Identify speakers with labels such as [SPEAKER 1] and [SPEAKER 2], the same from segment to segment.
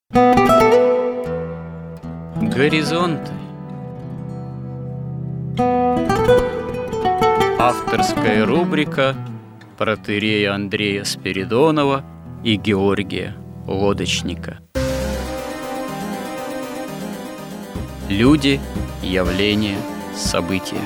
[SPEAKER 1] Горизонты. Авторская рубрика протоиерея Андрея Спиридонова и Георгия Лодочника. Люди, явления, события.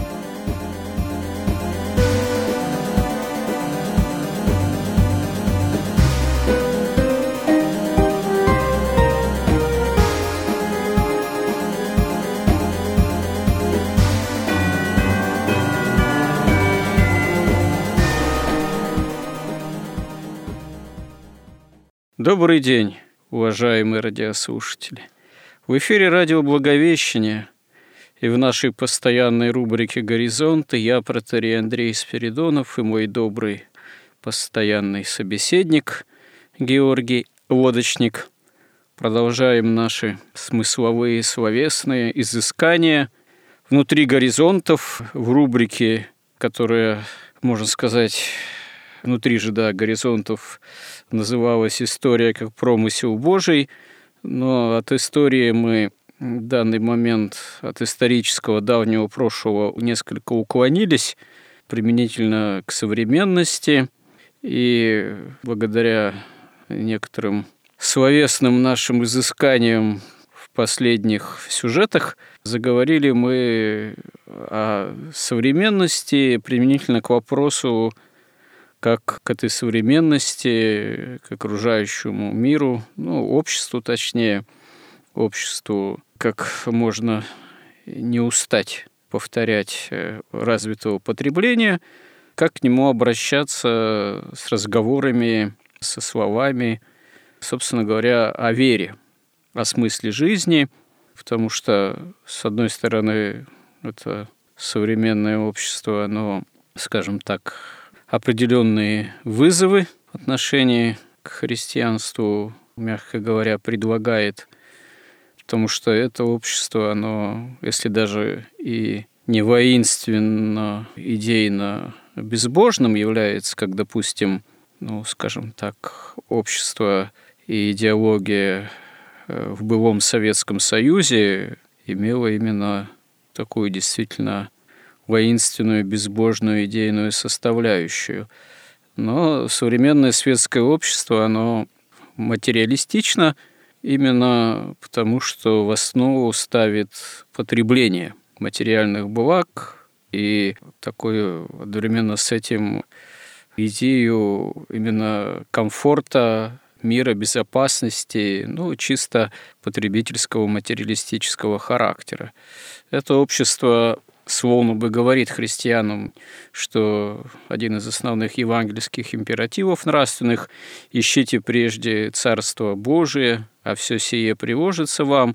[SPEAKER 1] Добрый день, уважаемые радиослушатели. В эфире радио «Благовещение», и в нашей постоянной рубрике «Горизонты» я, протоиерей Андрей Спиридонов, и мой добрый постоянный собеседник Георгий Лодочник продолжаем наши смысловые, словесные изыскания внутри горизонтов в рубрике, которая, можно сказать, внутри же, горизонтов называлась «История как промысел Божий», но от истории мы в данный момент, от исторического давнего прошлого несколько уклонились применительно к современности, и благодаря некоторым словесным нашим изысканиям в последних сюжетах заговорили мы о современности применительно к вопросу, как к этой современности, к окружающему миру, обществу точнее, обществу, как можно не устать повторять, развитого потребления, как к нему обращаться с разговорами, со словами, собственно говоря, о вере, о смысле жизни, потому что, с одной стороны, это современное общество, оно, скажем так, определенные вызовы в отношении к христианству, мягко говоря, предлагает, потому что это общество, оно, если даже и не воинственно, идейно безбожным является, как, допустим, скажем так, общество и идеология в былом Советском Союзе имела именно такую действительно воинственную, безбожную, идейную составляющую. Но современное светское общество, оно материалистично именно потому, что в основу ставит потребление материальных благ и такую одновременно с этим идею именно комфорта, мира, безопасности, чисто потребительского, материалистического характера. Это общество словно бы говорит христианам, что один из основных евангельских императивов нравственных – «Ищите прежде Царство Божие, а все сие приложится вам»,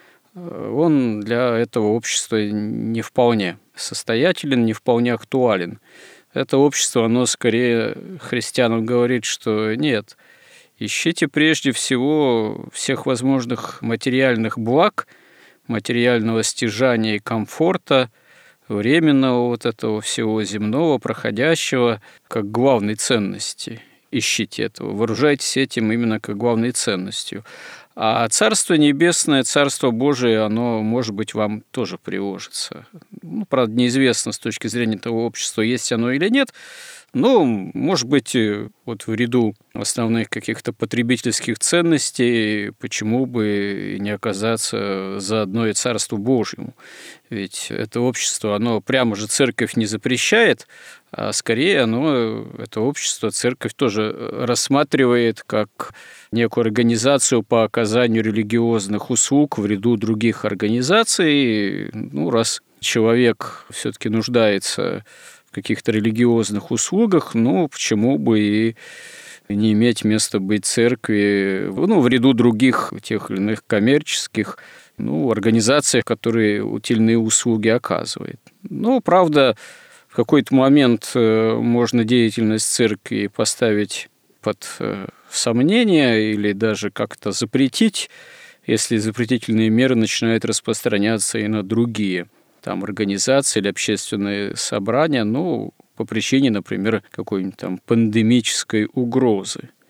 [SPEAKER 1] он для этого общества не вполне состоятелен, не вполне актуален. Это общество, оно скорее христианам говорит, что нет, ищите прежде всего всех возможных материальных благ, материального стяжания и комфорта, временного этого всего земного, проходящего, как главной ценности. Ищите этого, вооружайтесь этим именно как главной ценностью. А Царство Небесное, Царство Божие, оно, может быть, вам тоже приложится. Правда, неизвестно с точки зрения того общества, есть оно или нет, но, может быть, в ряду основных каких-то потребительских ценностей, почему бы не оказаться заодно и Царству Божьему. Ведь это общество, оно прямо же церковь не запрещает, а скорее это общество церковь тоже рассматривает как некую организацию по оказанию религиозных услуг в ряду других организаций. Раз человек все-таки нуждается в каких-то религиозных услугах, почему бы и не иметь места быть церкви, в ряду других тех или иных коммерческих организаций, которые утильные услуги оказывают. Правда, в какой-то момент можно деятельность церкви поставить под сомнение или даже как-то запретить, если запретительные меры начинают распространяться и на другие организации или общественные собрания, по причине, например, какой-нибудь пандемической угрозы.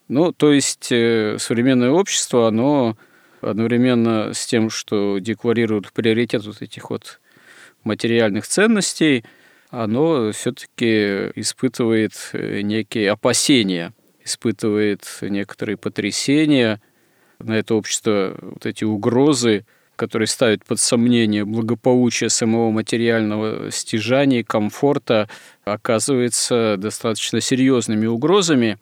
[SPEAKER 1] Ну, то есть современное общество, оно одновременно с тем, что декларирует приоритет вот этих вот материальных ценностей, оно все-таки испытывает некие опасения, испытывает некоторые потрясения. На это общество вот эти угрозы, которые ставят под сомнение благополучие самого материального стяжания, комфорта, оказываются достаточно серьезными угрозами.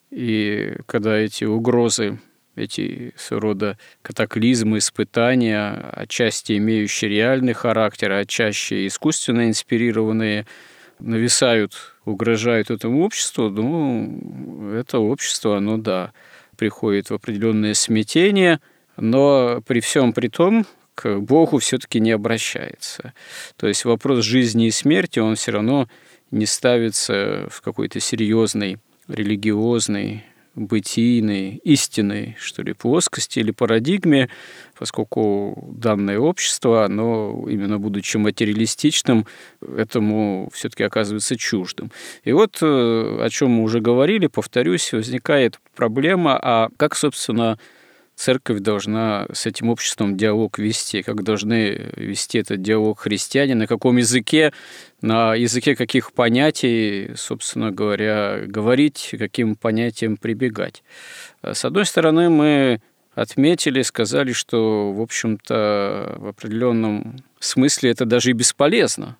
[SPEAKER 1] И когда эти угрозы, эти своего рода катаклизмы, испытания, отчасти имеющие реальный характер, а чаще искусственно инспирированные, нависают, угрожают этому обществу, ну, это общество, оно, да, приходит в определенное смятение, но при всем при том к Богу все-таки не обращается. То есть вопрос жизни и смерти, он все равно не ставится в какой-то серьезной религиозной, бытийной, истинной, что ли, плоскости или парадигме, поскольку данное общество, оно, именно будучи материалистичным, этому все-таки оказывается чуждым. И вот, о чем мы уже говорили, повторюсь, возникает проблема, а как, собственно, церковь должна с этим обществом диалог вести, как должны вести этот диалог христиане, на каком языке, на языке каких понятий, собственно говоря, говорить, каким понятиям прибегать. С одной стороны, мы отметили, сказали, что, в общем-то, в определенном смысле это даже и бесполезно.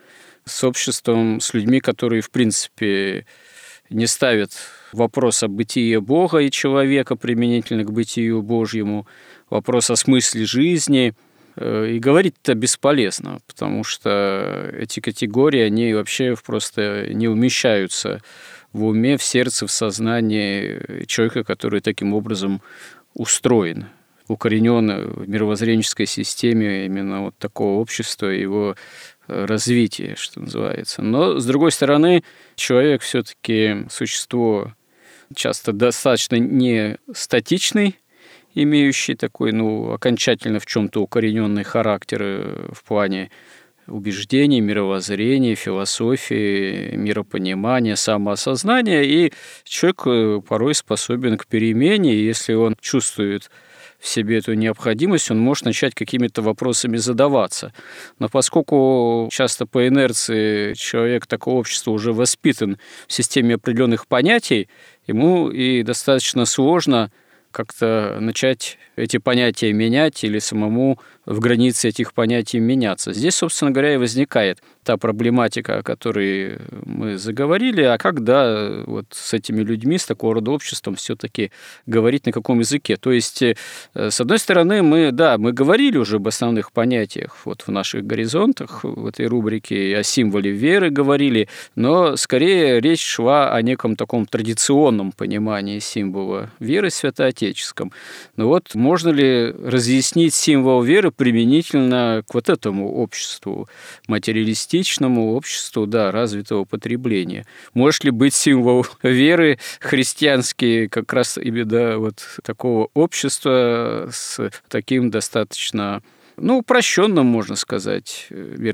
[SPEAKER 1] С обществом, с людьми, которые, в принципе, не ставят вопрос о бытии Бога и человека применительно к бытию Божьему, вопрос о смысле жизни. И говорить-то бесполезно, потому что эти категории, они вообще просто не умещаются в уме, в сердце, в сознании человека, который таким образом устроен, укоренен в мировоззренческой системе именно вот такого общества и его развития, что называется. Но, с другой стороны, человек все-таки существо часто достаточно не статичный, имеющий такой, окончательно в чем-то укорененный характер в плане убеждений, мировоззрения, философии, миропонимания, самоосознания, и человек порой способен к перемене, и если он чувствует в себе эту необходимость, он может начать какими-то вопросами задаваться. Но поскольку часто по инерции человек такого общества уже воспитан в системе определенных понятий, ему и достаточно сложно как-то начать эти понятия менять или самому в границе этих понятий меняться. Здесь, собственно говоря, и возникает та проблематика, о которой мы заговорили, а как, да, вот с этими людьми, с такого рода обществом все-таки говорить на каком языке. То есть, с одной стороны, мы говорили уже об основных понятиях вот в наших горизонтах, в этой рубрике о символе веры говорили, но скорее речь шла о неком таком традиционном понимании символа веры святоотеческом. Но вот можно ли разъяснить символ веры применительно к вот этому обществу, материалистичному обществу, развитого потребления? Может ли быть символ веры христианский как раз именно вот такого общества с таким достаточно упрощенным, можно сказать,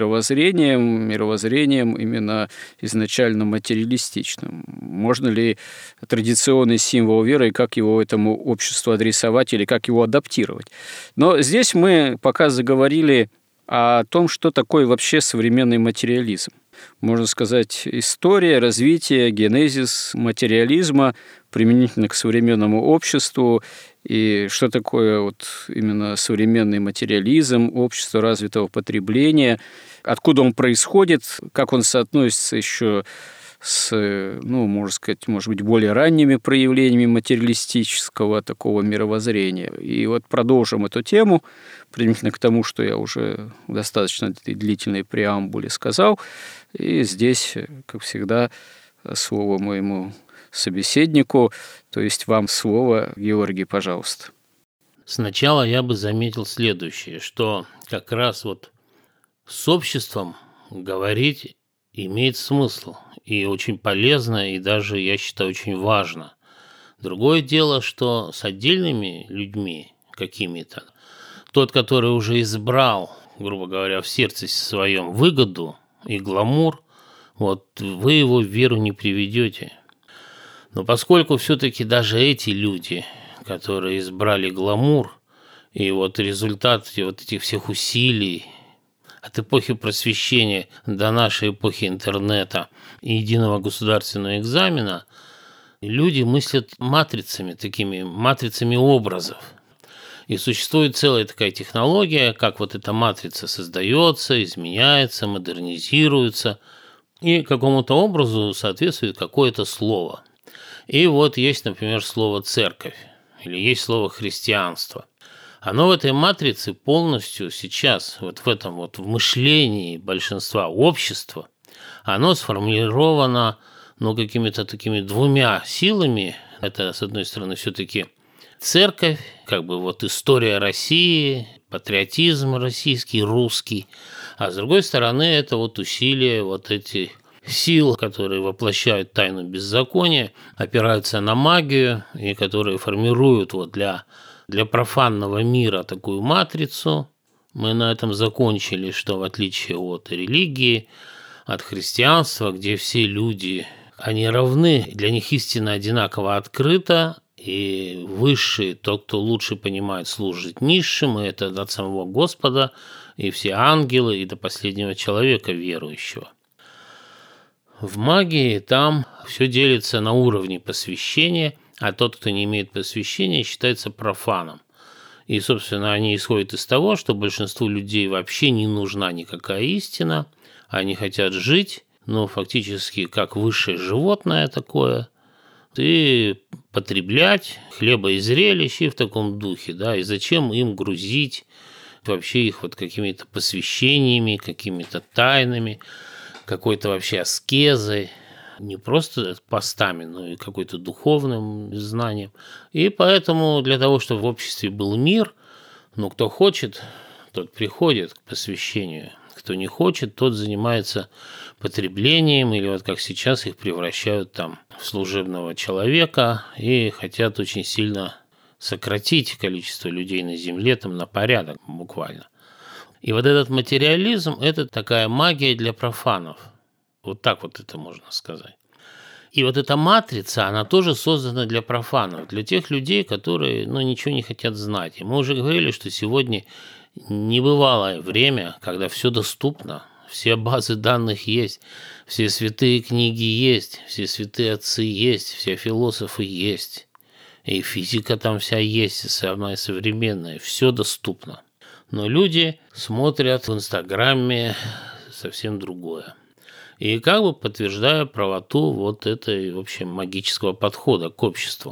[SPEAKER 1] мировоззрением именно изначально материалистичным? Можно ли традиционный символ веры, как его этому обществу адресовать или как его адаптировать? Но здесь мы пока заговорили о том, что такое вообще современный материализм. Можно сказать, история, развитие, генезис материализма применительно к современному обществу, и что такое вот именно современный материализм, общество развитого потребления, откуда он происходит, как он соотносится еще с, можно сказать, может быть, более ранними проявлениями материалистического такого мировоззрения. И вот продолжим эту тему, применительно к тому, что я уже в достаточно длительной преамбуле сказал. И здесь, как всегда, слово моему собеседнику, то есть вам слово, Георгий, пожалуйста.
[SPEAKER 2] Сначала я бы заметил следующее, что как раз вот с обществом говорить имеет смысл, и очень полезно, и даже, я считаю, очень важно. Другое дело, что с отдельными людьми какими-то, тот, который уже избрал, грубо говоря, в сердце своем выгоду и гламур, вот вы его в веру не приведете. Но поскольку все-таки даже эти люди, которые избрали гламур, и вот результат вот этих всех усилий от эпохи просвещения до нашей эпохи интернета и единого государственного экзамена, люди мыслят матрицами, такими матрицами образов. И существует целая такая технология, как вот эта матрица создается, изменяется, модернизируется, и какому-то образу соответствует какое-то слово. И вот есть, например, слово «церковь» или есть слово «христианство». Оно в этой матрице полностью сейчас, вот в этом вот в мышлении большинства общества, оно сформулировано, какими-то такими двумя силами. Это, с одной стороны, все-таки церковь, как бы вот история России, патриотизм российский, русский, а с другой стороны, это вот усилия вот этих сил, которые воплощают тайну беззакония, опираются на магию и которые формируют вот для профанного мира такую матрицу. Мы на этом закончили, что в отличие от религии, от христианства, где все люди, они равны, для них истина одинаково открыта, и высший, тот, кто лучше понимает, служит низшим, и это от самого Господа, и все ангелы, и до последнего человека верующего. В магии там все делится на уровне посвящения, а тот, кто не имеет посвящения, считается профаном. И, собственно, они исходят из того, что большинству людей вообще не нужна никакая истина, они хотят жить, но фактически как высшее животное такое, и потреблять хлеба и зрелищ и в таком духе, да, и зачем им грузить вообще их вот какими-то посвящениями, какими-то тайнами, какой-то вообще аскезой, не просто постами, но и какой-то духовным знанием. И поэтому для того, чтобы в обществе был мир, кто хочет, тот приходит к посвящению. Кто не хочет, тот занимается потреблением, или вот как сейчас их превращают там в служебного человека и хотят очень сильно сократить количество людей на земле там на порядок буквально. И вот этот материализм – это такая магия для профанов. Вот так вот это можно сказать. И вот эта матрица, она тоже создана для профанов, для тех людей, которые ничего не хотят знать. И мы уже говорили, что сегодня небывалое время, когда все доступно, все базы данных есть, все святые книги есть, все святые отцы есть, все философы есть, и физика там вся есть, самая современная, все доступно. Но люди смотрят в Инстаграме совсем другое. И как бы подтверждая правоту вот этой, в общем, магического подхода к обществу.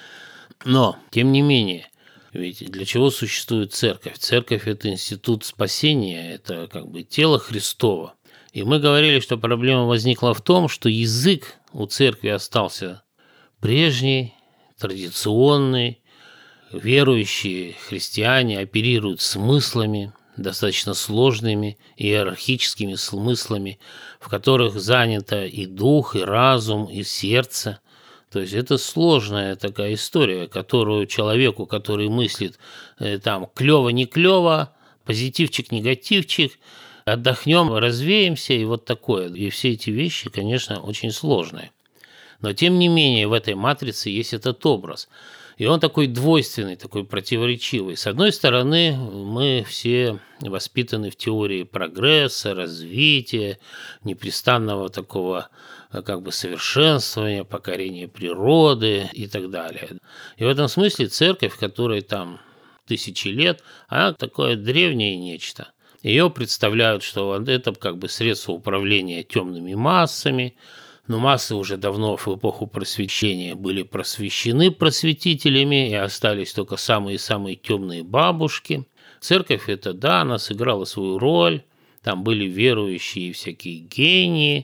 [SPEAKER 2] Но, тем не менее, ведь для чего существует церковь? Церковь – это институт спасения, это как бы тело Христово. И мы говорили, что проблема возникла в том, что язык у церкви остался прежний, традиционный. Верующие христиане оперируют смыслами, достаточно сложными иерархическими смыслами, в которых занято и дух, и разум, и сердце. То есть это сложная такая история, которую человеку, который мыслит там клево, не клево, позитивчик, негативчик, отдохнем, развеемся и вот такое. И все эти вещи, конечно, очень сложные. Но тем не менее в этой матрице есть этот образ. И он такой двойственный, такой противоречивый. С одной стороны, мы все воспитаны в теории прогресса, развития, непрестанного такого как бы совершенствования, покорения природы и так далее. И в этом смысле церковь, которой там тысячи лет, она такое древнее нечто. Ее представляют, что это как бы средство управления темными массами. Но массы уже давно в эпоху просвещения были просвещены просветителями, и остались только самые-самые темные бабушки. Церковь это, да, она сыграла свою роль, там были верующие и всякие гении,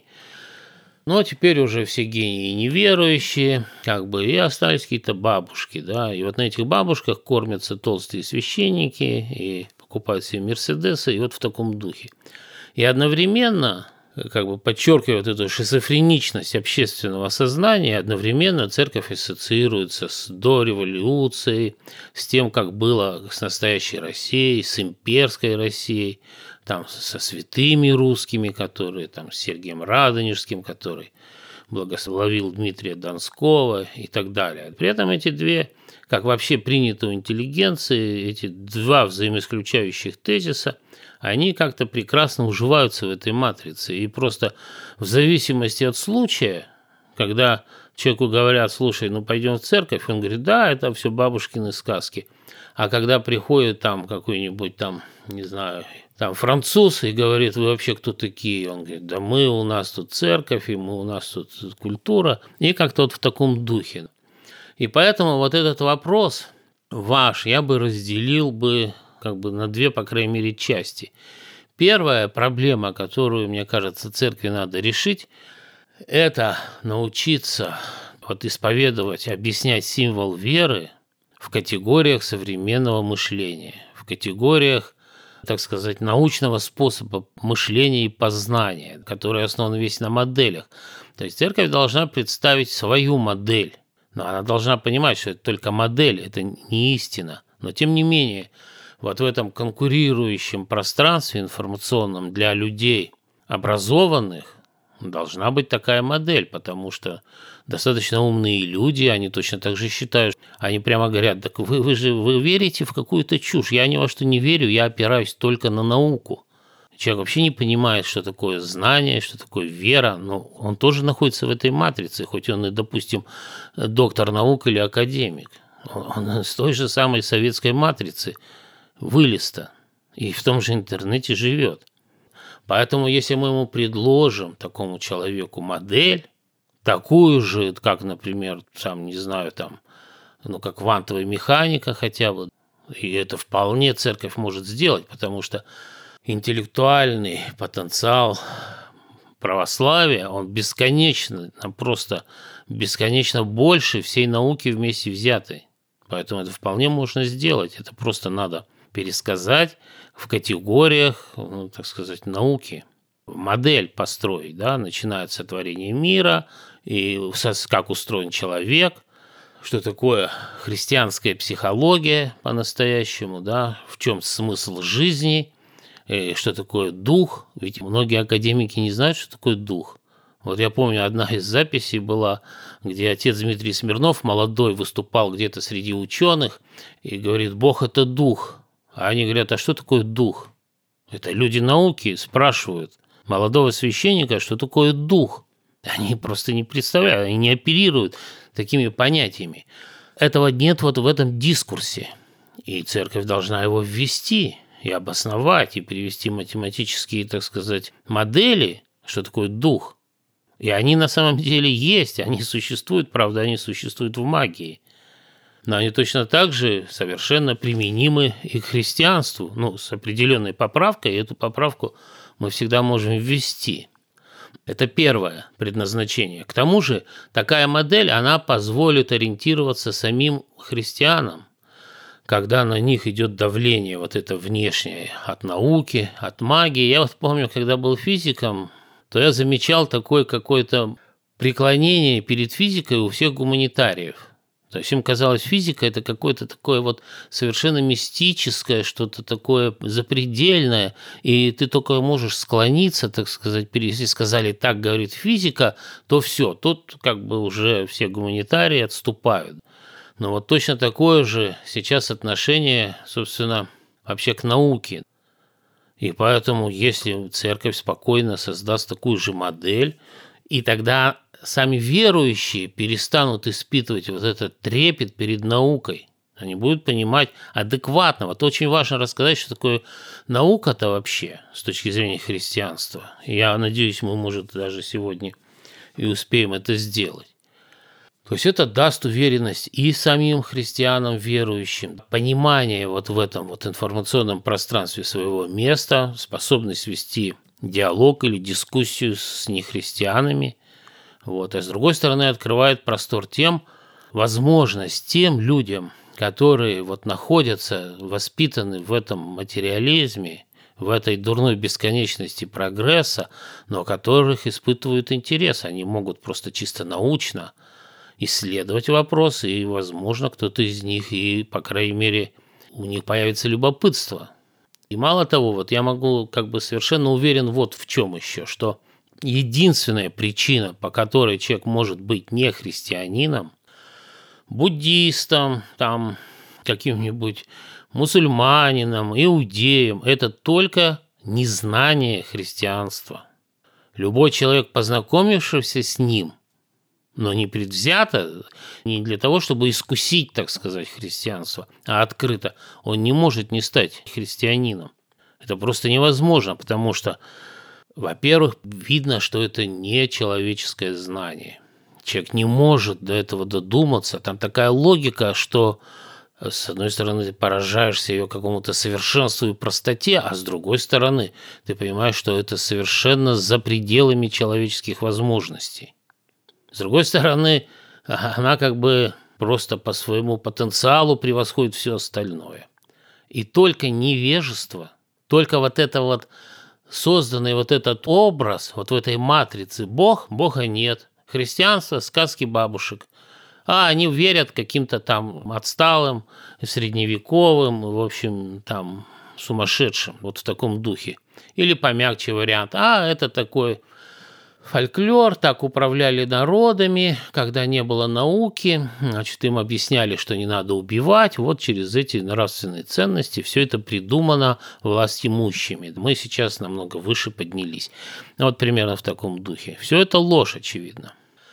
[SPEAKER 2] но теперь уже все гении неверующие, как бы, и остались какие-то бабушки, да, и вот на этих бабушках кормятся толстые священники и покупают себе мерседесы, и вот в таком духе. И одновременно, как бы подчеркивая вот эту шизофреничность общественного сознания, одновременно церковь ассоциируется с дореволюцией, с тем, как было с настоящей Россией, с имперской Россией, там, со святыми русскими, которые там, с Сергием Радонежским, который благословил Дмитрия Донского и так далее. При этом эти две, как вообще принято у интеллигенции, эти два взаимоисключающих тезиса, они как-то прекрасно уживаются в этой матрице. И просто в зависимости от случая, когда человеку говорят: слушай, ну пойдем в церковь, он говорит: да, это все бабушкины сказки. А когда приходит там какой-нибудь там, не знаю, там француз и говорит: вы вообще кто такие? Он говорит: да мы, у нас тут церковь, и у нас тут культура. И как-то вот в таком духе. И поэтому вот этот вопрос ваш я бы разделил бы как бы на две, по крайней мере, части. Первая проблема, которую, мне кажется, церкви надо решить, это научиться вот исповедовать, объяснять символ веры в категориях современного мышления, в категориях, так сказать, научного способа мышления и познания, который основан весь на моделях. То есть церковь должна представить свою модель, но она должна понимать, что это только модель, это не истина. Но тем не менее, вот в этом конкурирующем пространстве информационном для людей образованных должна быть такая модель, потому что достаточно умные люди, они точно так же считают, они прямо говорят: так вы верите в какую-то чушь, я ни во что не верю, я опираюсь только на науку. Человек вообще не понимает, что такое знание, что такое вера, но он тоже находится в этой матрице, хоть он и, допустим, доктор наук или академик. Он с той же самой советской матрицы вылез-то и в том же интернете живет. Поэтому если мы ему предложим, такому человеку, модель, такую же, как, например, сам, не знаю, там, ну, как квантовая механика хотя бы, и это вполне церковь может сделать, потому что интеллектуальный потенциал православия, он бесконечно, просто бесконечно больше всей науки вместе взятой. Поэтому это вполне можно сделать. Это просто надо пересказать в категориях, ну, так сказать, науки. Модель построить, да, начиная от сотворения мира, и как устроен человек, что такое христианская психология по-настоящему, да, в чем смысл жизни, и что такое дух. Ведь многие академики не знают, что такое дух. Вот я помню, одна из записей была, где отец Дмитрий Смирнов, молодой, выступал где-то среди ученых и говорит: Бог – это дух. А они говорят: а что такое дух? Это люди науки спрашивают молодого священника, что такое дух. Они просто не представляют, они не оперируют такими понятиями. Этого нет вот в этом дискурсе. И церковь должна его ввести и обосновать, и привести математические, так сказать, модели, что такое дух. И они на самом деле есть, они существуют, правда, они существуют в магии. Но они точно так же совершенно применимы и к христианству, ну, с определенной поправкой, и эту поправку мы всегда можем ввести. Это первое предназначение. К тому же такая модель, она позволит ориентироваться самим христианам, когда на них идет давление вот это внешнее от науки, от магии. Я вот помню, когда был физиком, то я замечал такое какое-то преклонение перед физикой у всех гуманитариев. То есть им казалось, физика – это какое-то такое вот совершенно мистическое, что-то такое запредельное, и ты только можешь склониться, так сказать, если сказали «так говорит физика», то все, тут как бы уже все гуманитарии отступают. Но вот точно такое же сейчас отношение, собственно, вообще к науке. И поэтому, если церковь спокойно создаст такую же модель, и тогда сами верующие перестанут испытывать вот этот трепет перед наукой, они будут понимать адекватно. Вот очень важно рассказать, что такое наука-то вообще с точки зрения христианства. Я надеюсь, мы, может, даже сегодня и успеем это сделать. То есть это даст уверенность и самим христианам, верующим, понимание вот в этом вот информационном пространстве своего места, способность вести диалог или дискуссию с нехристианами. Вот. А с другой стороны, открывает простор возможность тем людям, которые вот находятся, воспитаны в этом материализме, в этой дурной бесконечности прогресса, но которых испытывают интерес. Они могут просто чисто научно исследовать вопросы, и, возможно, кто-то из них, и, по крайней мере, у них появится любопытство. И мало того, вот я могу как бы совершенно уверен вот в чем еще, что единственная причина, по которой человек может быть не христианином, буддистом, там, каким-нибудь мусульманином, иудеем, это только незнание христианства. Любой человек, познакомившийся с ним, но не предвзято, не для того, чтобы искусить, так сказать, христианство, а открыто, он не может не стать христианином. Это просто невозможно, потому что, во-первых, видно, что это не человеческое знание. Человек не может до этого додуматься. Там такая логика, что, с одной стороны, ты поражаешься ее какому-то совершенству и простоте, а с другой стороны, ты понимаешь, что это совершенно за пределами человеческих возможностей. С другой стороны, она как бы просто по своему потенциалу превосходит все остальное. И только невежество, только вот это вот созданный вот этот образ, вот в этой матрице Бога нет, христианство, сказки бабушек, а они верят каким-то там отсталым, средневековым, в общем, там сумасшедшим, вот в таком духе. Или помягче вариант, это такой фольклор, так управляли народами, когда не было науки, значит, им объясняли, что не надо убивать, вот через эти нравственные ценности все это придумано властимущими. Мы сейчас намного выше поднялись. Вот примерно в таком духе. Все это ложь, очевидно.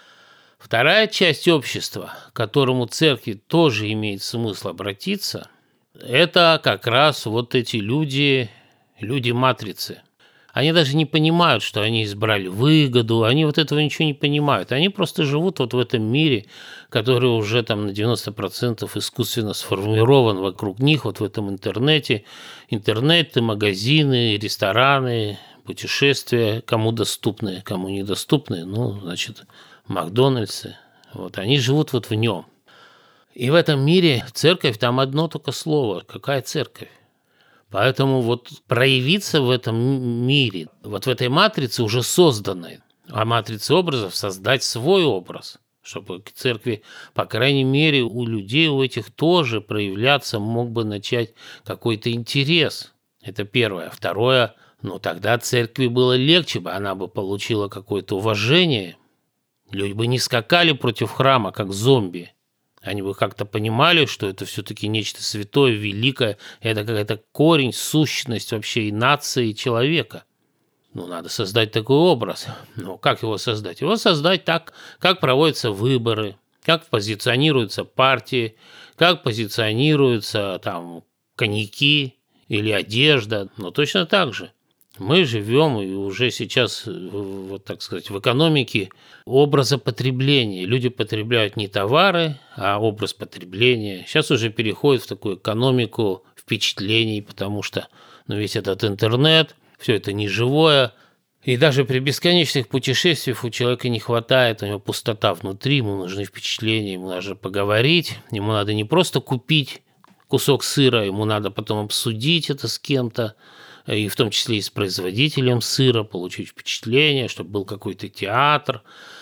[SPEAKER 2] Вторая часть общества, к которому церкви тоже имеет смысл обратиться, это как раз вот эти люди матрицы. Они даже не понимают, что они избрали выгоду, они вот этого ничего не понимают. Они просто живут вот в этом мире, который уже там на 90% искусственно сформирован вокруг них, вот в этом интернете. Интернеты, магазины, рестораны, путешествия, кому доступны, кому недоступны, значит, Макдональдсы. Вот, они живут вот в нем. И в этом мире церковь, там одно только слово. Какая церковь? Поэтому вот проявиться в этом мире, вот в этой матрице уже созданной, а матрице образов создать свой образ, чтобы к церкви, по крайней мере, у людей, у этих тоже проявляться мог бы начать какой-то интерес. Это первое. Второе, тогда церкви было легче бы, она бы получила какое-то уважение. Люди бы не скакали против храма, как зомби. Они бы как-то понимали, что это все-таки нечто святое, великое, это какая-то корень, сущность вообще и нации, и человека. Надо создать такой образ. Как его создать? Его создать так, как проводятся выборы, как позиционируются партии, как позиционируются там коньяки или одежда. Точно так же. Мы живем и уже сейчас, вот так сказать, в экономике образа потребления. Люди потребляют не товары, а образ потребления. Сейчас уже переходит в такую экономику впечатлений, потому что весь этот интернет, все это неживое. И даже при бесконечных путешествиях у человека не хватает, у него пустота внутри, ему нужны впечатления, ему надо поговорить, ему надо не просто купить кусок сыра, ему надо потом обсудить это с кем-то, и в том числе и с производителем сыра, получить впечатление, чтобы был какой-то театр,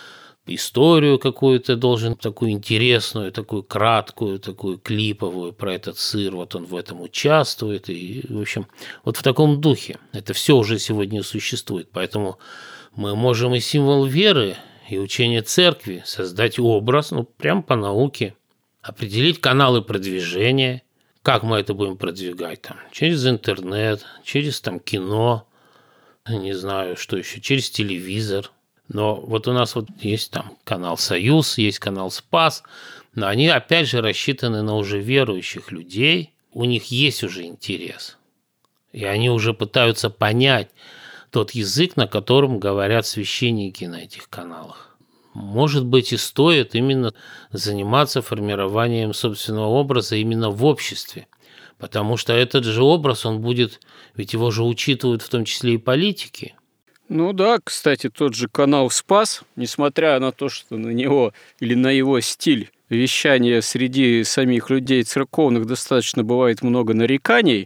[SPEAKER 2] историю какую-то должен, такую интересную, такую краткую, такую клиповую про этот сыр, вот он в этом участвует, и, в общем, вот в таком духе. Это все уже сегодня существует, поэтому мы можем и символ веры, и учение церкви создать образ, прям по науке, определить каналы продвижения. Как мы это будем продвигать? Через интернет, через кино, не знаю, что еще, через телевизор. Но вот у нас есть канал «Союз», есть канал «Спас», но они опять же рассчитаны на уже верующих людей, у них есть уже интерес. И они уже пытаются понять тот язык, на котором говорят священники на этих каналах. Может быть, и стоит именно заниматься формированием собственного образа именно в обществе. Потому что этот же образ, он будет, ведь его же учитывают в том числе и политики.
[SPEAKER 1] Да, кстати, тот же канал «Спас», несмотря на то, что на него или на его стиль вещания среди самих людей церковных достаточно бывает много нареканий,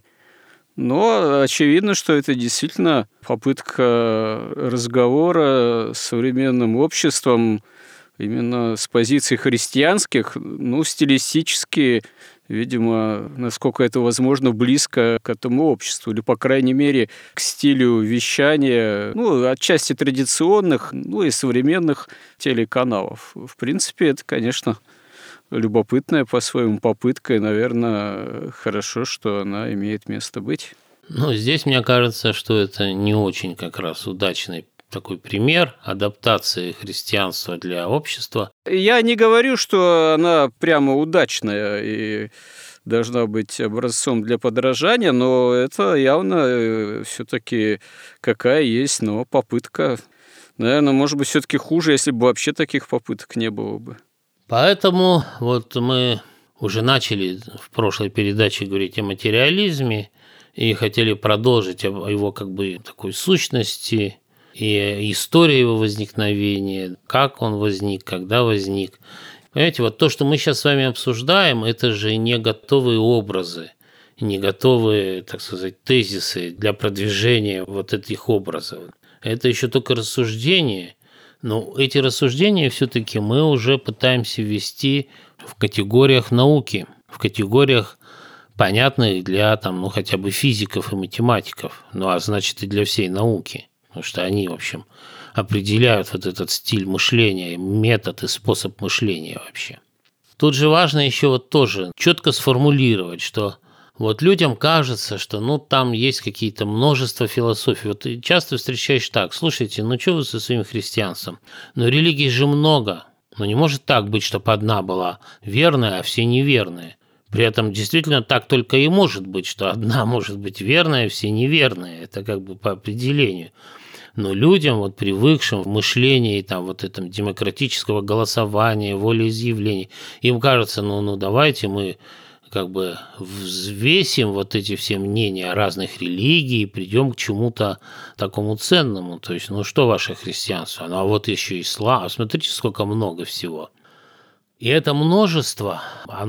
[SPEAKER 1] но очевидно, что это действительно попытка разговора с современным обществом именно с позиций христианских, стилистически видимо, насколько это возможно, близко к этому обществу, или, по крайней мере, к стилю вещания, отчасти традиционных, и современных телеканалов. В принципе, это, конечно, любопытная по-своему попытка, и, наверное, хорошо, что она имеет место быть.
[SPEAKER 2] Здесь мне кажется, что это не очень как раз удачный такой пример адаптации христианства для общества.
[SPEAKER 1] Я не говорю, что она прямо удачная и должна быть образцом для подражания, но это явно все-таки какая есть, но попытка. Наверное, может быть, все-таки хуже, если бы вообще таких попыток не было бы.
[SPEAKER 2] Поэтому мы уже начали в прошлой передаче говорить о материализме и хотели продолжить о его такой сущности и истории его возникновения, как он возник, когда возник. Понимаете, то, что мы сейчас с вами обсуждаем, это же не готовые образы, не готовые, так сказать, тезисы для продвижения этих образов. Это еще только рассуждения, но эти рассуждения все-таки мы уже пытаемся ввести в категориях науки, в категориях, понятных для хотя бы физиков и математиков, а значит и для всей науки. Потому что они, в общем, определяют этот стиль мышления, метод и способ мышления вообще. Тут же важно еще тоже четко сформулировать, что людям кажется, что там есть какие-то множество философий. Ты часто встречаешь так: слушайте, что вы со своим христианством? Религий же много. Не может так быть, чтобы одна была верная, а все неверные. При этом действительно так только и может быть, что одна может быть верная, а все неверные. Это по определению. Но людям, привыкшим в мышлении этом демократического голосования, волеизъявлений, им кажется, давайте мы взвесим эти все мнения разных религий и придем к чему-то такому ценному. То есть, что ваше христианство? Еще ислам. Смотрите, сколько много всего. И это множество,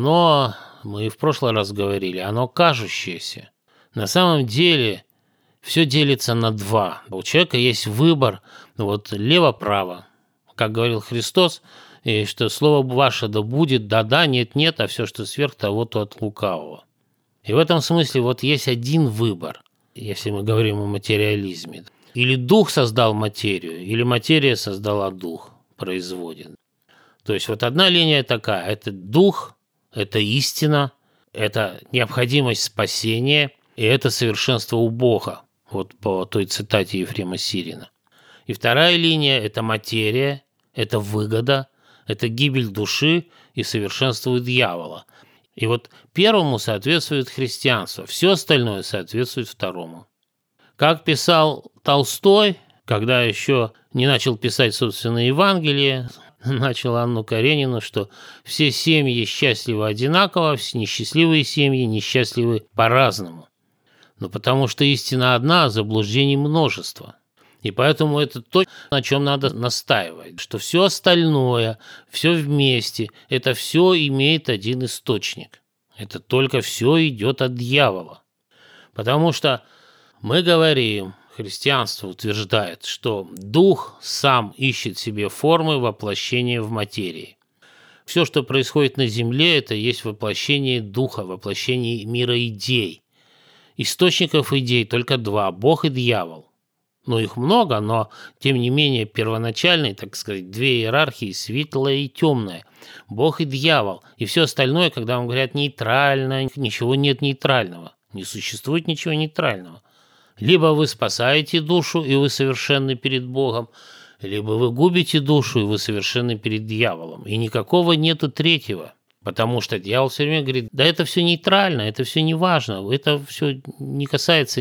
[SPEAKER 2] мы и в прошлый раз говорили, оно кажущееся. На самом деле все делится на два. У человека есть выбор лево-право. Как говорил Христос, и что слово ваше да будет, да-да, нет-нет, а все, что сверх того, то от лукавого. И в этом смысле есть один выбор, если мы говорим о материализме. Или дух создал материю, или материя создала дух, производит. То есть одна линия такая: это дух, это истина, это необходимость спасения, и это совершенство у Бога, по той цитате Ефрема Сирина. И вторая линия – это материя, это выгода, это гибель души и совершенство у дьявола. И первому соответствует христианство, все остальное соответствует второму. Как писал Толстой, когда еще не начал писать, собственно, Евангелие, начал Анну Каренину, что все семьи счастливы одинаково, все несчастливые семьи несчастливы по-разному. Потому что истина одна, а заблуждений множество. И поэтому это то, на чем надо настаивать, что все остальное, все вместе, это все имеет один источник. Это только все идет от дьявола. Потому что мы говорим, христианство утверждает, что дух сам ищет себе формы воплощения в материи. Все, что происходит на земле, это есть воплощение духа, воплощение мира идей. Источников идей только два – Бог и дьявол. Их много, но, тем не менее, первоначальные, так сказать, две иерархии – светлая и темная. Бог и дьявол. И все остальное, когда вам говорят нейтрально, ничего нет нейтрального. Не существует ничего нейтрального. Либо вы спасаете душу, и вы совершенны перед Богом, либо вы губите душу, и вы совершенны перед дьяволом. И никакого нету третьего. Потому что дьявол все время говорит: да это все нейтрально, это все не важно, это все не касается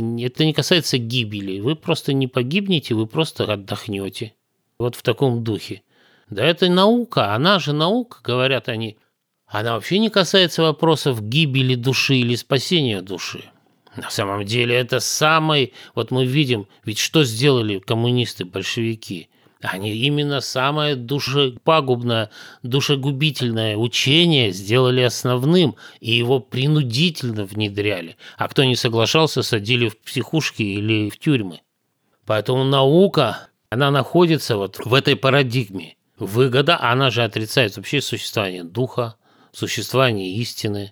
[SPEAKER 2] гибели. Вы просто не погибнете, вы просто отдохнете. В таком духе. Да это наука, она же наука, говорят они. Она вообще не касается вопросов гибели души или спасения души. На самом деле это самый... мы видим, ведь что сделали коммунисты, большевики? Они именно самое душепагубное, душегубительное учение сделали основным, и его принудительно внедряли. А кто не соглашался, садили в психушки или в тюрьмы. Поэтому наука, она находится в этой парадигме. Выгода, она же отрицает вообще существование духа, существование истины.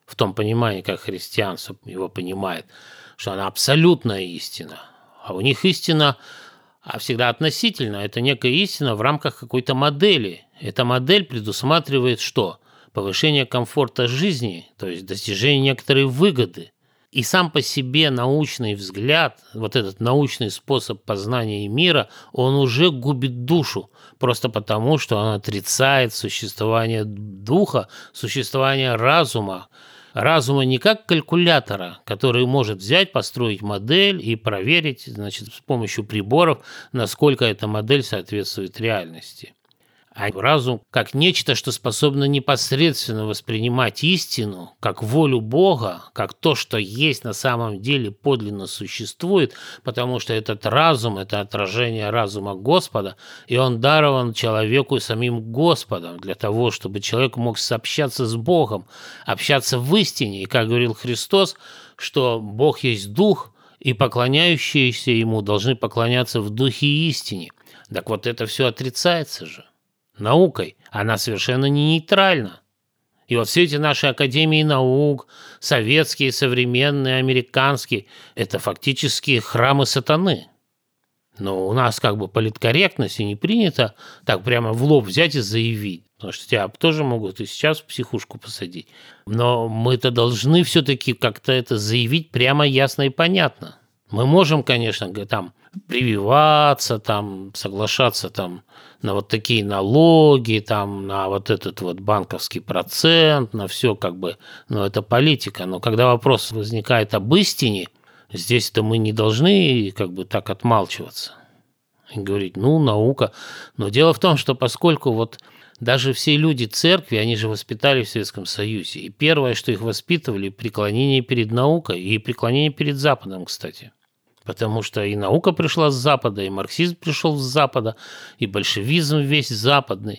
[SPEAKER 2] в том понимании, как христианство его понимает, что она абсолютная истина. А у них истина всегда относительно. Это некая истина в рамках какой-то модели. Эта модель предусматривает что? Повышение комфорта жизни, то есть достижение некоторой выгоды. И сам по себе научный взгляд, вот этот научный способ познания мира, он уже губит душу, просто потому, что он отрицает существование духа, существование разума. Разума не как калькулятора, который может взять, построить модель и проверить, значит, с помощью приборов, насколько эта модель соответствует реальности. А разум как нечто, что способно непосредственно воспринимать истину, как волю Бога, как то, что есть на самом деле подлинно существует, потому что этот разум – это отражение разума Господа, и он дарован человеку самим Господом для того, чтобы человек мог сообщаться с Богом, общаться в истине. И, как говорил Христос, что Бог есть Дух, и поклоняющиеся Ему должны поклоняться в Духе и истине. Так вот это все отрицается же наукой, она совершенно не нейтральна. И вот все эти наши академии наук, советские, современные, американские, это фактически храмы сатаны. Но у нас как бы политкорректность, и не принято так прямо в лоб взять и заявить, потому что тебя тоже могут и сейчас в психушку посадить. Но мы-то должны все-таки как-то это заявить прямо ясно и понятно. Мы можем, конечно, там прививаться, там соглашаться там на вот такие налоги, там на вот этот вот банковский процент, на все как бы, но это политика. Но когда вопрос возникает об истине, здесь-то мы не должны как бы так отмалчиваться и говорить, ну, наука. Но дело в том, что поскольку вот даже все люди церкви, они же воспитались в Советском Союзе, и первое, что их воспитывали, преклонение перед наукой и преклонение перед Западом, кстати. Потому что и наука пришла с Запада, и марксизм пришел с Запада, и большевизм весь западный.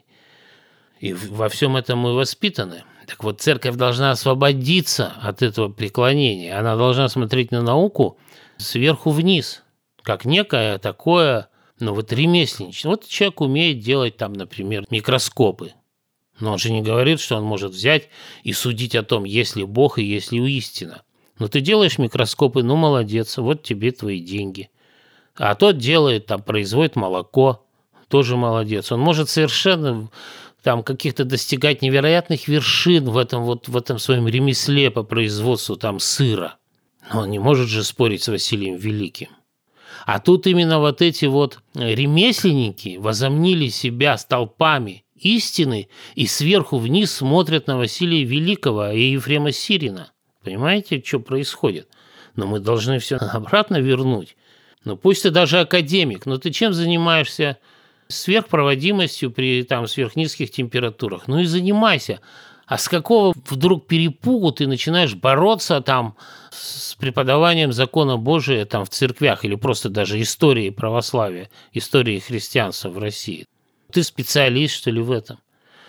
[SPEAKER 2] И во всем этом мы воспитаны. Так вот, церковь должна освободиться от этого преклонения. Она должна смотреть на науку сверху вниз, как некое такое, ну вот ремесленничество. Вот человек умеет делать там, например, микроскопы. Но он же не говорит, что он может взять и судить о том, есть ли Бог и есть ли истина. Ну, ты делаешь микроскопы, ну, молодец, вот тебе твои деньги. А тот делает, там, производит молоко, тоже молодец. Он может совершенно там каких-то достигать невероятных вершин в этом своем ремесле по производству там сыра. Но он не может же спорить с Василием Великим. А тут именно вот эти вот ремесленники возомнили себя столпами истины и сверху вниз смотрят на Василия Великого и Ефрема Сирина. Понимаете, что происходит? Но мы должны все обратно вернуть. Ну пусть ты даже академик, но ты чем занимаешься? Сверхпроводимостью при там сверхнизких температурах. Ну и занимайся. А с какого вдруг перепугу ты начинаешь бороться там с преподаванием закона Божия там в церквях или просто даже истории православия, истории христианства в России? Ты специалист, что ли, в этом?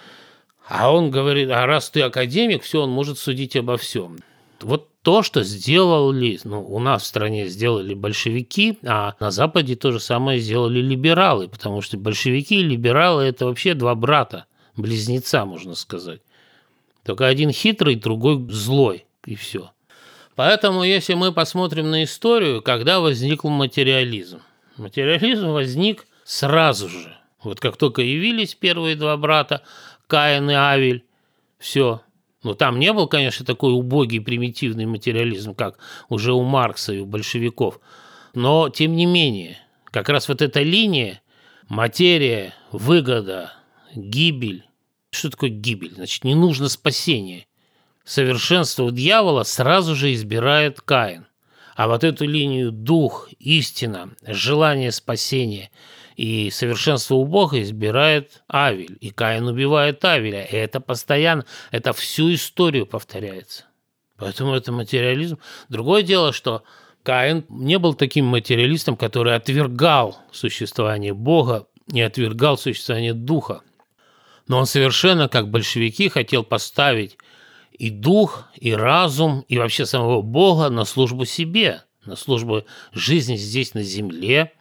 [SPEAKER 2] А он говорит, а раз ты академик, все, он может судить обо всем. Вот то, что сделали, ну, у нас в стране сделали большевики, а на Западе то же самое сделали либералы, потому что большевики и либералы – это вообще два брата, близнеца, можно сказать. Только один хитрый, другой злой, и все. Поэтому, если мы посмотрим на историю, когда возник материализм? Материализм возник сразу же. Вот как только явились первые два брата, Каин и Авель, все. Ну, там не был, конечно, такой убогий, примитивный материализм, как уже у Маркса и у большевиков. Но, тем не менее, как раз вот эта линия материя, выгода, гибель. Что такое гибель? Значит, не нужно спасение. Совершенство у дьявола сразу же избирает Каин. А вот эту линию дух, истина, желание спасения и совершенство у Бога избирает Авель. И Каин убивает Авеля. И это постоянно, это всю историю повторяется. Поэтому это материализм. Другое дело, что Каин не был таким материалистом, который отвергал существование Бога и отвергал существование Духа. Но он совершенно, как большевики, хотел поставить и дух, и разум, и вообще самого Бога на службу себе, на службу жизни здесь на земле.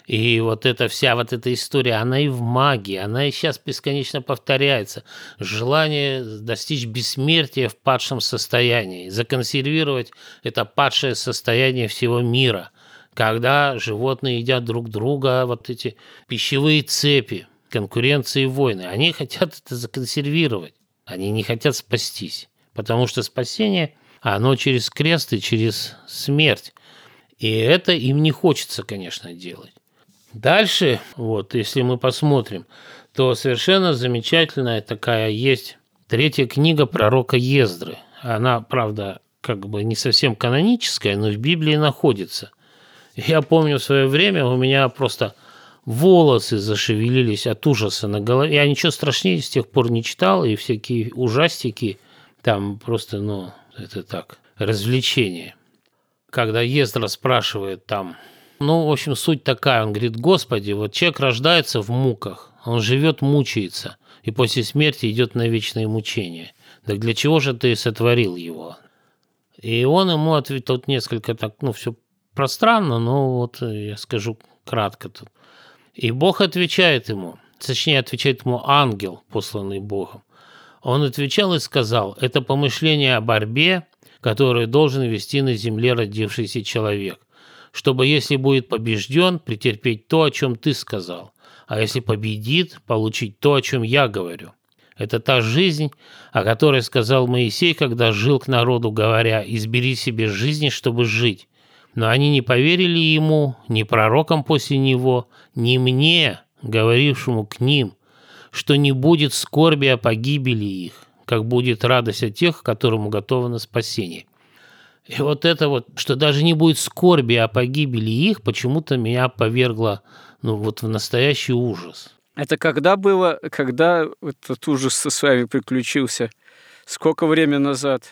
[SPEAKER 2] И вот эта вся вот эта история, она и в магии, она и сейчас бесконечно повторяется. Желание достичь бессмертия в падшем состоянии, законсервировать это падшее состояние всего мира, когда животные едят друг друга, вот эти пищевые цепи, конкуренции и войны, они хотят это законсервировать, они не хотят спастись, потому что спасение, оно через крест и через смерть, и это им не хочется, конечно, делать. Дальше, вот, если мы посмотрим, то совершенно замечательная такая есть 3-я книга пророка Ездры. Она, правда, как бы не совсем каноническая, но в Библии находится. Я помню, в свое время у меня просто волосы зашевелились от ужаса на голове. Я ничего страшнее с тех пор не читал, и всякие ужастики там просто, это так, развлечение. Когда Ездра спрашивает там, в общем, суть такая, он говорит: Господи, вот человек рождается в муках, он живет, мучается, и после смерти идет на вечные мучения. Так для чего же ты сотворил его? И он ему ответил, тут несколько так, все пространно, но вот я скажу кратко тут. И Бог отвечает ему, точнее, отвечает ему ангел, посланный Богом. Он отвечал и сказал: это помышление о борьбе, которую должен вести на земле родившийся человек, чтобы, если будет побежден, претерпеть то, о чем ты сказал, а если победит, получить то, о чем я говорю. Это та жизнь, о которой сказал Моисей, когда жил к народу, говоря: «Избери себе жизни, чтобы жить». Но они не поверили ему, ни пророкам после него, ни мне, говорившему к ним, что не будет скорби о погибели их, как будет радость от тех, которым уготовано спасение. И вот это вот, что даже не будет скорби о погибели их, почему-то меня повергло в настоящий ужас.
[SPEAKER 1] Это когда было, когда этот ужас с вами приключился? Сколько времени назад?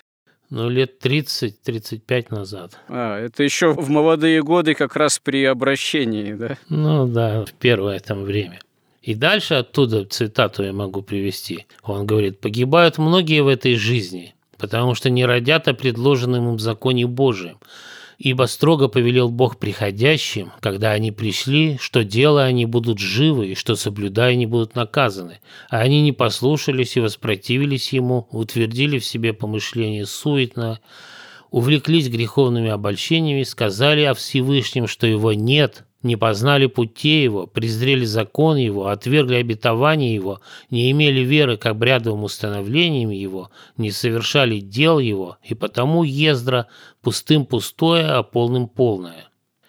[SPEAKER 2] Лет 30-35 назад.
[SPEAKER 1] Это еще в молодые годы, как раз при обращении, да?
[SPEAKER 2] Да, в первое там время. И дальше оттуда цитату я могу привести. Он говорит: «Погибают многие в этой жизни, потому что не родят о предложенном им законе Божием. Ибо строго повелел Бог приходящим, когда они пришли, что делая они будут живы, и что соблюдая они будут наказаны. А они не послушались и воспротивились ему, утвердили в себе помышление суетное, увлеклись греховными обольщениями, сказали о Всевышнем, что его нет, не познали путей его, презрели закон его, отвергли обетование его, не имели веры к обрядовым установлениям его, не совершали дел его, и потому Ездра пустым пустое, а полным полное».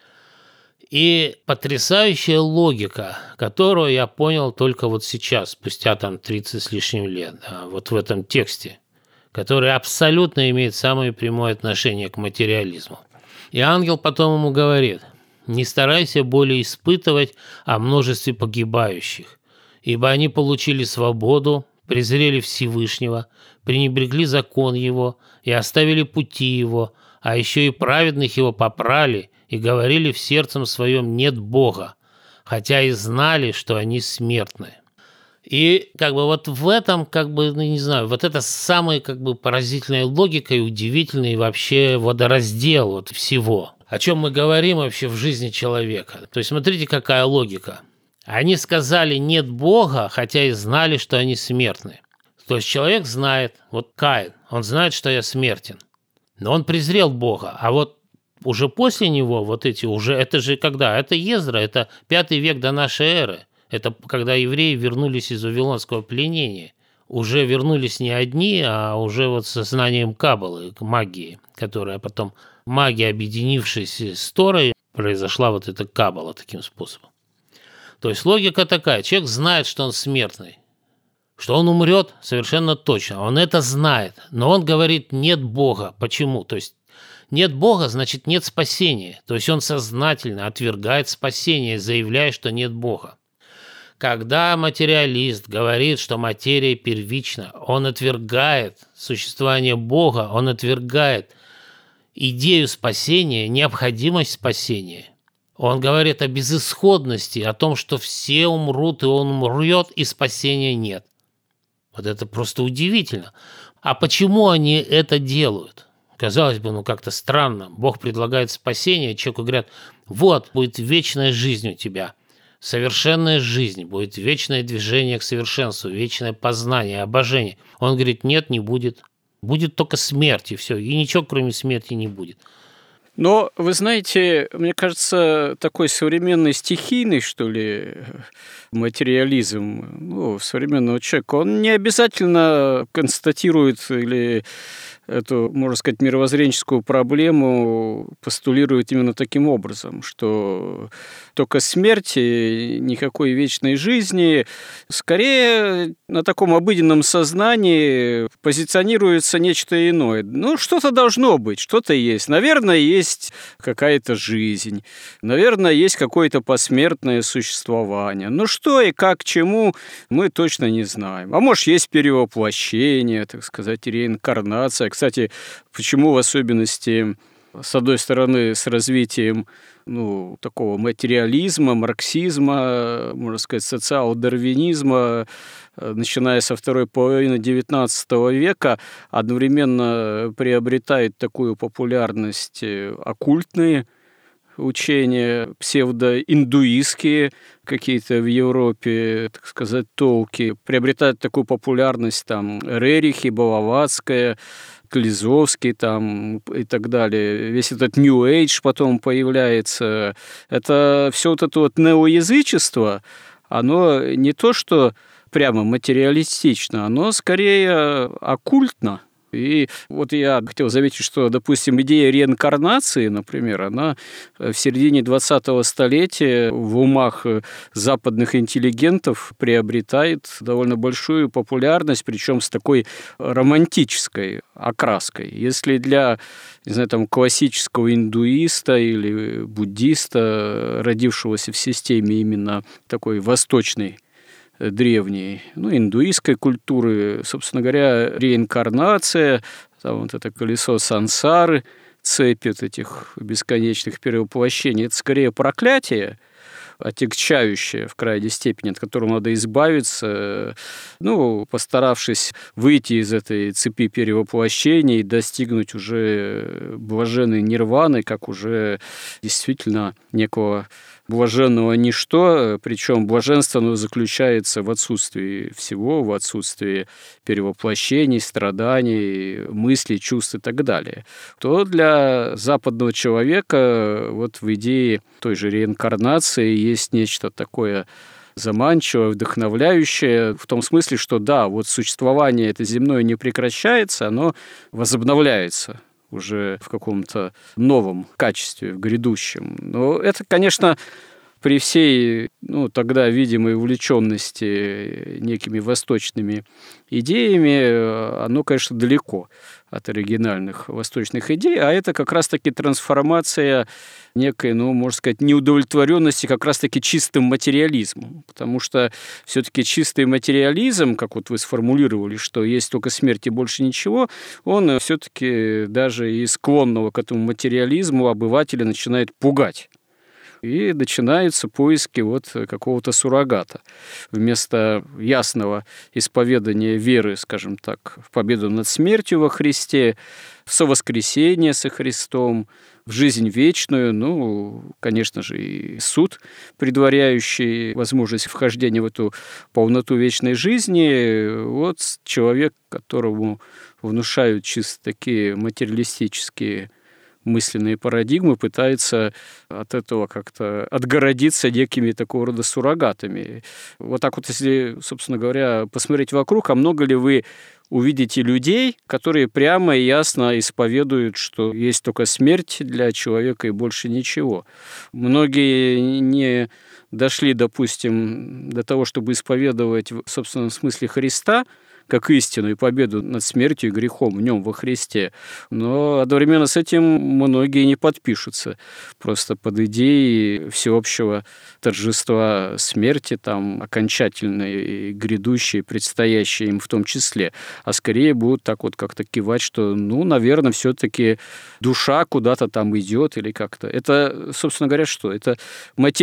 [SPEAKER 2] И потрясающая логика, которую я понял только вот сейчас, спустя 30 с лишним лет, вот в этом тексте, который абсолютно имеет самое прямое отношение к материализму. И ангел потом ему говорит: «Не старайся более испытывать о множестве погибающих, ибо они получили свободу, презрели Всевышнего, пренебрегли закон его и оставили пути его, а еще и праведных его попрали и говорили в сердцем своем: нет Бога, хотя и знали, что они смертны». И вот в этом, вот это самая поразительная логика и удивительный вообще водораздел всего, о чем мы говорим вообще в жизни человека. То есть смотрите, какая логика. Они сказали: нет Бога, хотя и знали, что они смертны. То есть человек знает, вот Каин, он знает, что я смертен, но он презрел Бога. А вот уже после него это же когда? Это Ездра, это 5 век до нашей эры. Это когда евреи вернулись из вавилонского пленения. Уже вернулись не одни, а уже со знанием Каббалы, магии, которая потом, магия, объединившись с Торой, произошла эта Каббала таким способом. То есть логика такая: человек знает, что он смертный, что он умрет совершенно точно, он это знает, но он говорит: нет Бога. Почему? То есть нет Бога, значит нет спасения. То есть он сознательно отвергает спасение, заявляя, что нет Бога. Когда материалист говорит, что материя первична, он отвергает существование Бога, он отвергает идею спасения, необходимость спасения. Он говорит о безысходности, о том, что все умрут, и он умрет, и спасения нет. Вот это просто удивительно. А почему они это делают? Казалось бы, как-то странно. Бог предлагает спасение, человеку говорят: вот, будет вечная жизнь у тебя, совершенная жизнь, будет вечное движение к совершенству, вечное познание, обожение. Он говорит: нет, не будет. Будет только смерть, и все. И ничего, кроме смерти, не будет.
[SPEAKER 1] Но, вы знаете, мне кажется, такой современный стихийный, что ли, материализм современного человека, он не обязательно констатирует или эту, можно сказать, мировоззренческую проблему постулирует именно таким образом, что только смерть и никакой вечной жизни. Скорее, на таком обыденном сознании позиционируется нечто иное. Что-то должно быть, что-то есть. Наверное, есть какая-то жизнь. Наверное, есть какое-то посмертное существование. Что и как, чему, мы точно не знаем. А может, есть перевоплощение, так сказать, реинкарнация. Кстати, почему в особенности, с одной стороны, с развитием такого материализма, марксизма, можно сказать, социал-дарвинизма, начиная со второй половины XIX века, одновременно приобретает такую популярность оккультные учения, псевдоиндуистские какие-то в Европе, так сказать, толки, приобретают такую популярность Рерихи, Блаватская, Клизовский и так далее. Весь этот New Age потом появляется. Это все это неоязычество, оно не то, что прямо материалистично, оно скорее оккультно. И я хотел заметить, что, допустим, идея реинкарнации, например, она в середине 20-го столетия в умах западных интеллигентов приобретает довольно большую популярность, причем с такой романтической окраской. Если для, классического индуиста или буддиста, родившегося в системе именно такой восточной, древней, индуистской культуры, собственно говоря, реинкарнация, это колесо сансары, цепь этих бесконечных перевоплощений, это скорее проклятие, отягчающее в крайней степени, от которого надо избавиться, постаравшись выйти из этой цепи перевоплощений и достигнуть уже блаженной нирваны, как уже действительно некого блаженного ничто, причем блаженство оно заключается в отсутствии всего, в отсутствии перевоплощений, страданий, мыслей, чувств и так далее. То для западного человека в идее той же реинкарнации есть нечто такое заманчивое, вдохновляющее, в том смысле, что существование это земное не прекращается, оно возобновляется уже в каком-то новом качестве, в грядущем. Но это, конечно, при всей, тогда видимой увлеченности некими восточными идеями, оно, конечно, далеко от оригинальных восточных идей, а это как раз-таки трансформация некой, можно сказать, неудовлетворенности как раз-таки чистым материализмом. Потому что все-таки чистый материализм, как вы сформулировали, что есть только смерть и больше ничего, он все-таки даже и склонного к этому материализму обывателя начинает пугать. И начинаются поиски какого-то суррогата. Вместо ясного исповедания веры, скажем так, в победу над смертью во Христе, в совоскресение со Христом, в жизнь вечную, конечно же, и суд, предваряющий возможность вхождения в эту полноту вечной жизни, человек, которому внушают чисто такие материалистические мысленные парадигмы, пытается от этого как-то отгородиться некими такого рода суррогатами. Если, собственно говоря, посмотреть вокруг, а много ли вы увидите людей, которые прямо и ясно исповедуют, что есть только смерть для человека и больше ничего. Многие не дошли, допустим, до того, чтобы исповедовать в собственном смысле Христа, как истину и победу над смертью и грехом в нем, во Христе. Но одновременно с этим многие не подпишутся просто под идеей всеобщего торжества смерти, окончательной, грядущей, предстоящей им в том числе. А скорее будут так как-то кивать, что, наверное, все-таки душа куда-то идет или как-то. Это, собственно говоря, что? Это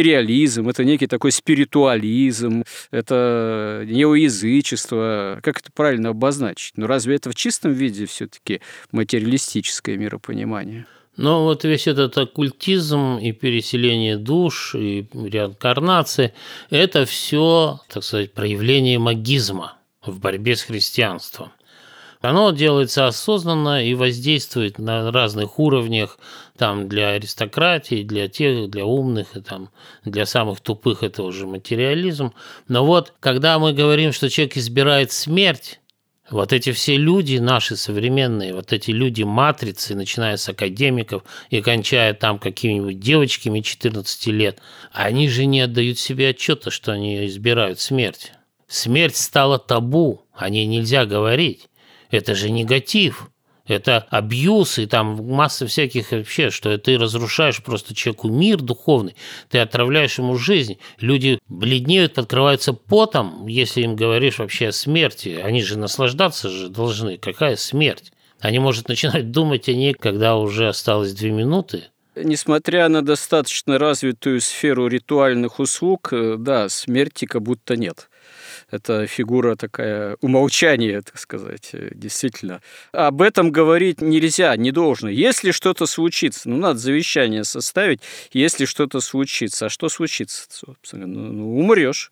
[SPEAKER 1] материализм, это некий такой спиритуализм, это неоязычество. Как это правильно обозначить. Но разве это в чистом виде все-таки материалистическое миропонимание?
[SPEAKER 2] Но вот весь этот оккультизм и переселение душ, и реинкарнация – это все, так сказать, проявление магизма в борьбе с христианством. Оно делается осознанно и воздействует на разных уровнях, там для аристократии, для тех, для умных, и там для самых тупых это уже материализм. Но вот когда мы говорим, что человек избирает смерть, вот эти все люди наши современные, вот эти люди-матрицы, начиная с академиков и кончая там какими-нибудь девочками 14 лет, они же не отдают себе отчета, что они избирают смерть. Смерть стала табу, о ней нельзя говорить. Это же негатив, это абьюз и там масса всяких вообще, что ты разрушаешь просто человеку мир духовный, ты отравляешь ему жизнь. Люди бледнеют, подкрываются потом, если им говоришь вообще о смерти. Они же наслаждаться же должны. Какая смерть? Они, может, начинают думать о ней, когда уже осталось 2 минуты.
[SPEAKER 1] Несмотря на достаточно развитую сферу ритуальных услуг, да, смерти как будто нет. Это фигура такая умолчания, так сказать, действительно. Об этом говорить нельзя, не должно. Если что-то случится, надо завещание составить, если что-то случится. А что случится, собственно? Умрешь.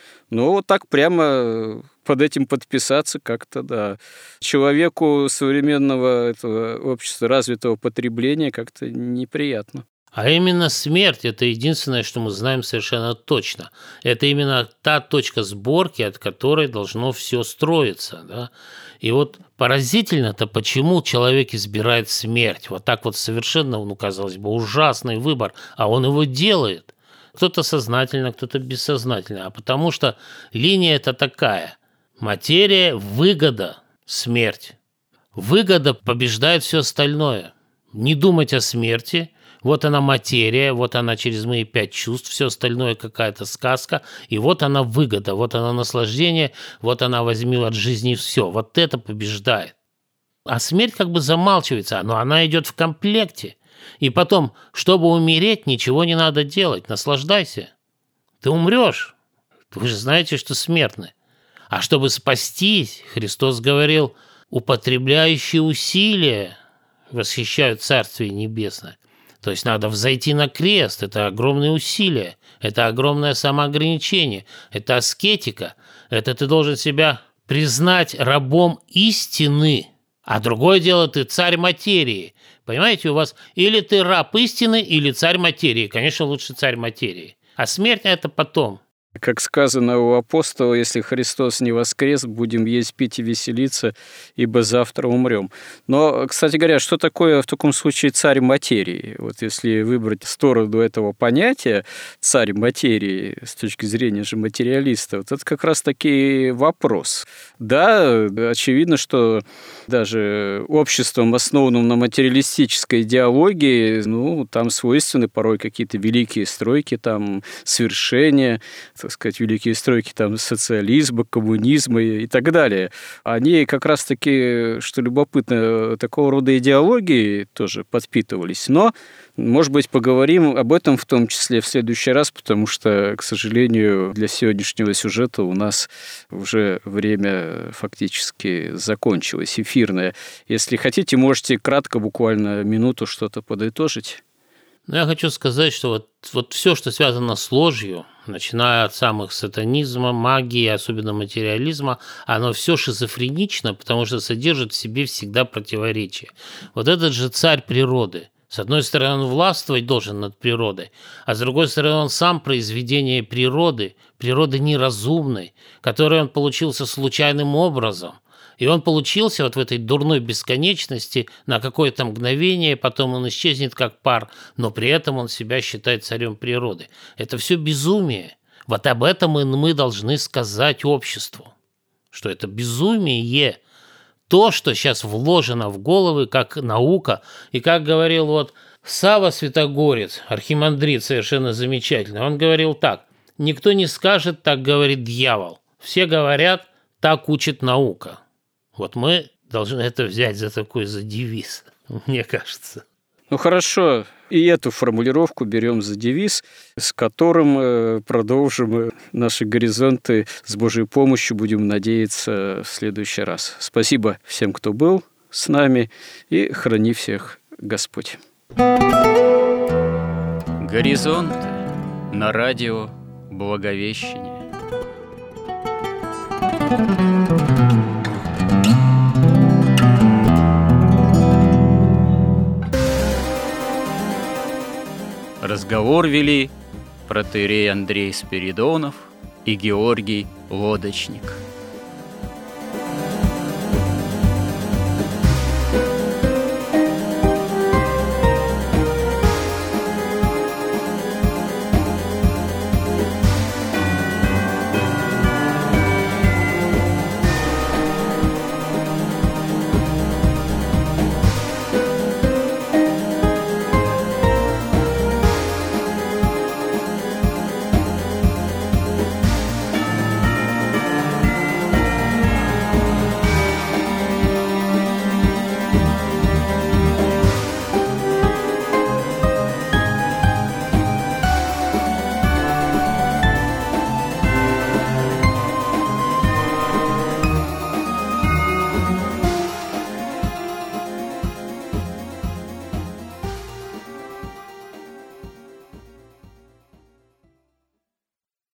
[SPEAKER 1] Вот так прямо под этим подписаться как-то, да. Человеку современного этого общества, развитого потребления как-то неприятно.
[SPEAKER 2] А именно смерть – это единственное, что мы знаем совершенно точно. Это именно та точка сборки, от которой должно все строиться. Да? И вот поразительно-то, почему человек избирает смерть. Вот так вот совершенно, казалось бы, ужасный выбор, а он его делает. Кто-то сознательно, кто-то бессознательно. А потому что линия это такая. Материя, выгода, смерть. Выгода побеждает все остальное. Не думать о смерти. Вот она материя, вот она через мои 5 чувств, все остальное какая-то сказка, и вот она выгода, вот она наслаждение, вот она возьми от жизни все. Вот это побеждает. А смерть как бы замалчивается, но она идет в комплекте. И потом, чтобы умереть, ничего не надо делать, наслаждайся. Ты умрешь, вы же знаете, что смертны. А чтобы спастись, Христос говорил, употребляющие усилия восхищают Царствие Небесное. То есть надо взойти на крест, это огромные усилия, это огромное самоограничение, это аскетика, это ты должен себя признать рабом истины, а другое дело ты царь материи. Понимаете, у вас или ты раб истины, или царь материи. Конечно, лучше царь материи. А смерть – это потом.
[SPEAKER 1] Как сказано у апостола, если Христос не воскрес, будем есть, пить и веселиться, ибо завтра умрем. Но, кстати говоря, что такое в таком случае царь материи? Вот если выбрать сторону этого понятия царь материи с точки зрения же материалиста, вот это как раз-таки вопрос. Да, очевидно, что даже обществом, основанным на материалистической идеологии, там свойственны порой какие-то великие стройки, там свершения, так сказать, великие стройки там социализма, коммунизма и так далее. Они как раз-таки, что любопытно, такого рода идеологии тоже подпитывались. Но, может быть, поговорим об этом в том числе в следующий раз, потому что, к сожалению, для сегодняшнего сюжета у нас уже время фактически закончилось, эфирное. Если хотите, можете кратко, буквально минуту что-то подытожить.
[SPEAKER 2] Я хочу сказать, что вот все, что связано с ложью, начиная от самых сатанизма, магии, особенно материализма, оно все шизофренично, потому что содержит в себе всегда противоречие. Вот этот же царь природы. С одной стороны, он властвовать должен над природой, а с другой стороны, он сам произведение природы неразумной, которой он получился случайным образом. И он получился вот в этой дурной бесконечности на какое-то мгновение, потом он исчезнет как пар, но при этом он себя считает царем природы. Это все безумие. Вот об этом мы должны сказать обществу, что это безумие. То, что сейчас вложено в головы как наука, и как говорил вот Савва Святогорец, архимандрит совершенно замечательный, он говорил так: «Никто не скажет, так говорит дьявол. Все говорят, так учит наука». Вот мы должны это взять за девиз, мне кажется.
[SPEAKER 1] Ну хорошо, и эту формулировку берем за девиз, с которым продолжим наши горизонты с Божьей помощью, будем надеяться, в следующий раз. Спасибо всем, кто был с нами, и храни всех Господь. Горизонты на радио Благовещение. Разговор вели протоиерей Андрей Спиридонов и Георгий Лодочник.